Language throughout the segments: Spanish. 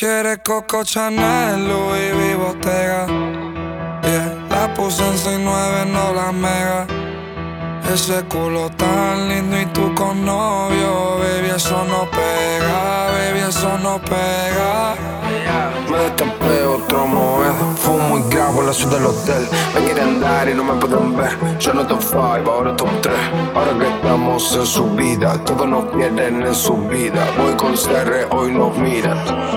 quiere Coco Chanel, Louis V Bottega. Yeah, la puse en 6'9", no la mega. Ese culo tan lindo y tú con novio, baby, eso no pega, baby, eso no pega. Me destapé otro moed, fumo y grabo en la suite del hotel. Me quieren dar y no me pueden ver. Yo no top 5, ahora top 3. Ahora que estamos en su vida, todos nos pierden en su vida. Voy con CR, hoy nos miran.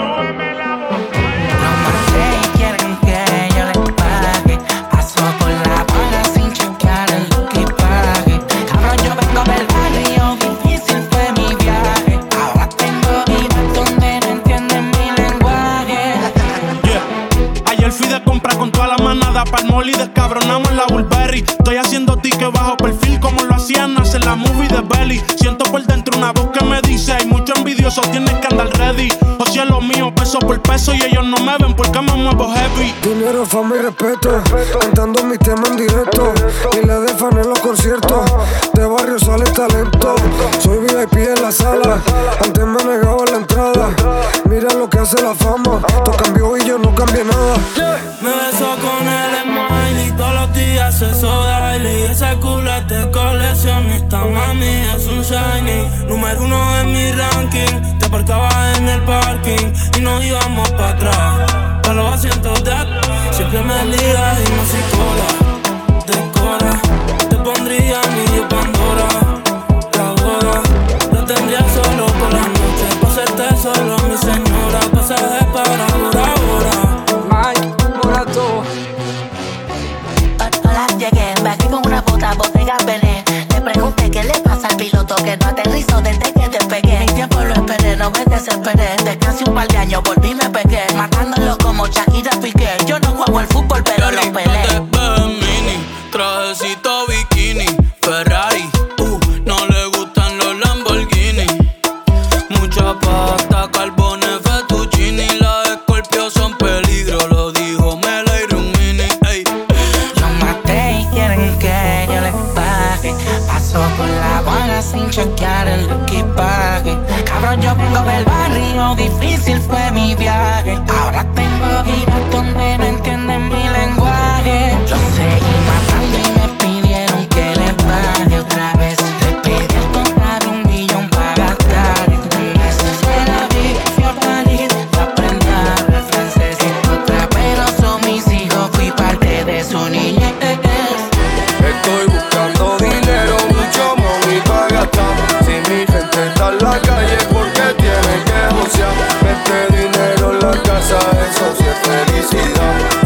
Palmol y descabronamos en la Burberry. Estoy haciendo ticket bajo perfil como lo hacían hacer la movie de Belly. Siento por dentro una voz que me dice: hay mucho envidioso, tienes que andar ready. O cielo mío, peso por peso y ellos no me ven porque me muevo heavy. Dinero, fama y respeto, cantando mis temas en directo. Y le de fan en los conciertos, de barrio sale talento. Soy VIP en la sala, antes me negaba la entrada. Mira lo que hace la fama, todo cambió y yo no cambié nada. Me beso con el smiley, todos los días eso daily. Ese culo es de coleccionista, mami, es un shiny. Número 1 en mi ranking, te aparcabas en el parking y nos íbamos para atrás, pa' los asientos de atrás. Siempre me ligas y no soy cola, decora. Te pondría mi Pandora, la boda. Lo tendría solo por la noche, pa' hacerte solo mi señora. Pasaje para Bora Bora. Hola, llegué, me aquí con una puta botella Bené. Le pregunté qué le pasa al piloto que no aterrizó desde que despegué. Mi tiempo lo esperé, no me desesperé. Descansé un par de años, volví y me pegué, matándolo como Shakira Piqué. Yo no juego al fútbol, pero lo pelé. Te ves en mini, trajecito bikini, Ferrari, no le gustan los Lamborghini. Mucha pasta, carbones, fettuccini. Las Scorpio son peligro, lo dijo Mela y Rumini, ey. Los maté y quieren que yo les pague. Paso por la guana sin chequear el equipaje. Cabrón, yo vengo del barrio, difícil fue mi viaje. Ahora tengo giras donde no entienden mi lenguaje. Yo seguí matando y me pidieron que les pague otra vez. Les pedí al contar 1 millón para gastar en meses. Se la vi, Fiordalid, aprendí a hablar francés. Otra vez no son mis hijos, fui parte de su niñez. Estoy buscando dinero, mucho money para gastar. Si mi gente está en la calle, porque tiene que josear. Mete dinero en la casa, eso sí es felicidad.